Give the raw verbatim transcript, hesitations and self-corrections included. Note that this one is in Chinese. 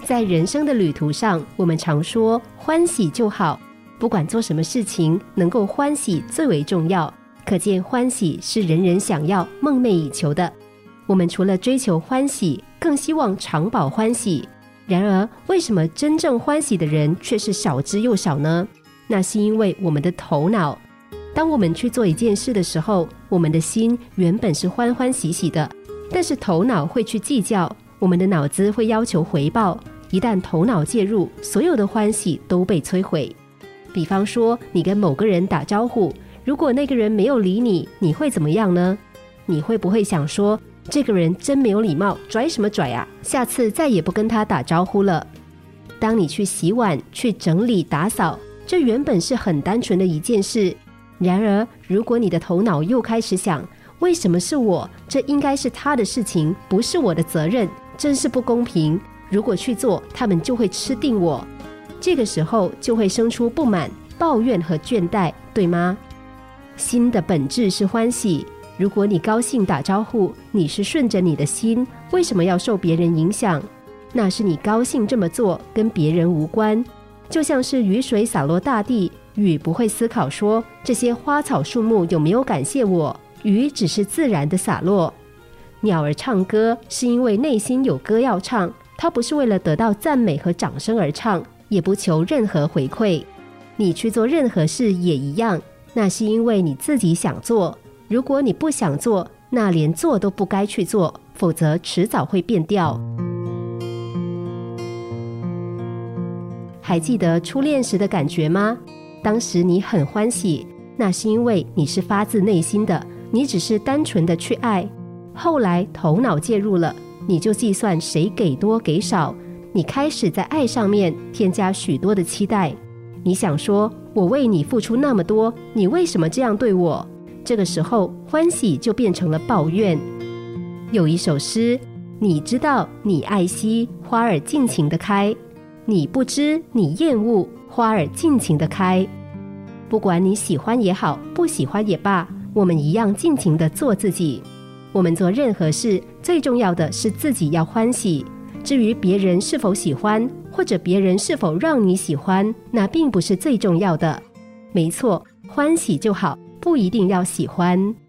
在人生的旅途上，我们常说欢喜就好，不管做什么事情，能够欢喜最为重要。可见欢喜是人人想要、梦寐以求的。我们除了追求欢喜，更希望常保欢喜。然而，为什么真正欢喜的人却是少之又少呢？那是因为我们的头脑。当我们去做一件事的时候，我们的心原本是欢欢喜喜的，但是头脑会去计较，我们的脑子会要求回报。一旦头脑介入，所有的欢喜都被摧毁。比方说，你跟某个人打招呼，如果那个人没有理你，你会怎么样呢？你会不会想说，这个人真没有礼貌，拽什么拽啊，下次再也不跟他打招呼了。当你去洗碗、去整理打扫，这原本是很单纯的一件事，然而如果你的头脑又开始想，为什么是我？这应该是他的事情，不是我的责任，真是不公平，如果去做，他们就会吃定我。这个时候就会生出不满、抱怨和倦怠，对吗？心的本质是欢喜，如果你高兴打招呼，你是顺着你的心，为什么要受别人影响？那是你高兴这么做，跟别人无关。就像是雨水洒落大地，雨不会思考说这些花草树木有没有感谢我，雨只是自然的洒落。鸟儿唱歌是因为内心有歌要唱，它不是为了得到赞美和掌声而唱，也不求任何回馈。你去做任何事也一样，那是因为你自己想做。如果你不想做，那连做都不该去做，否则迟早会变掉。还记得初恋时的感觉吗？当时你很欢喜，那是因为你是发自内心的，你只是单纯的去爱。后来头脑介入了，你就计算谁给多给少，你开始在爱上面添加许多的期待。你想说，我为你付出那么多，你为什么这样对我？这个时候欢喜就变成了抱怨。有一首诗，你知道你爱惜，花儿尽情地开，你不知你厌恶，花儿尽情地开。不管你喜欢也好，不喜欢也罢，我们一样尽情地做自己。我们做任何事，最重要的是自己要欢喜。至于别人是否喜欢，或者别人是否让你喜欢，那并不是最重要的。没错，欢喜就好，不一定要喜欢。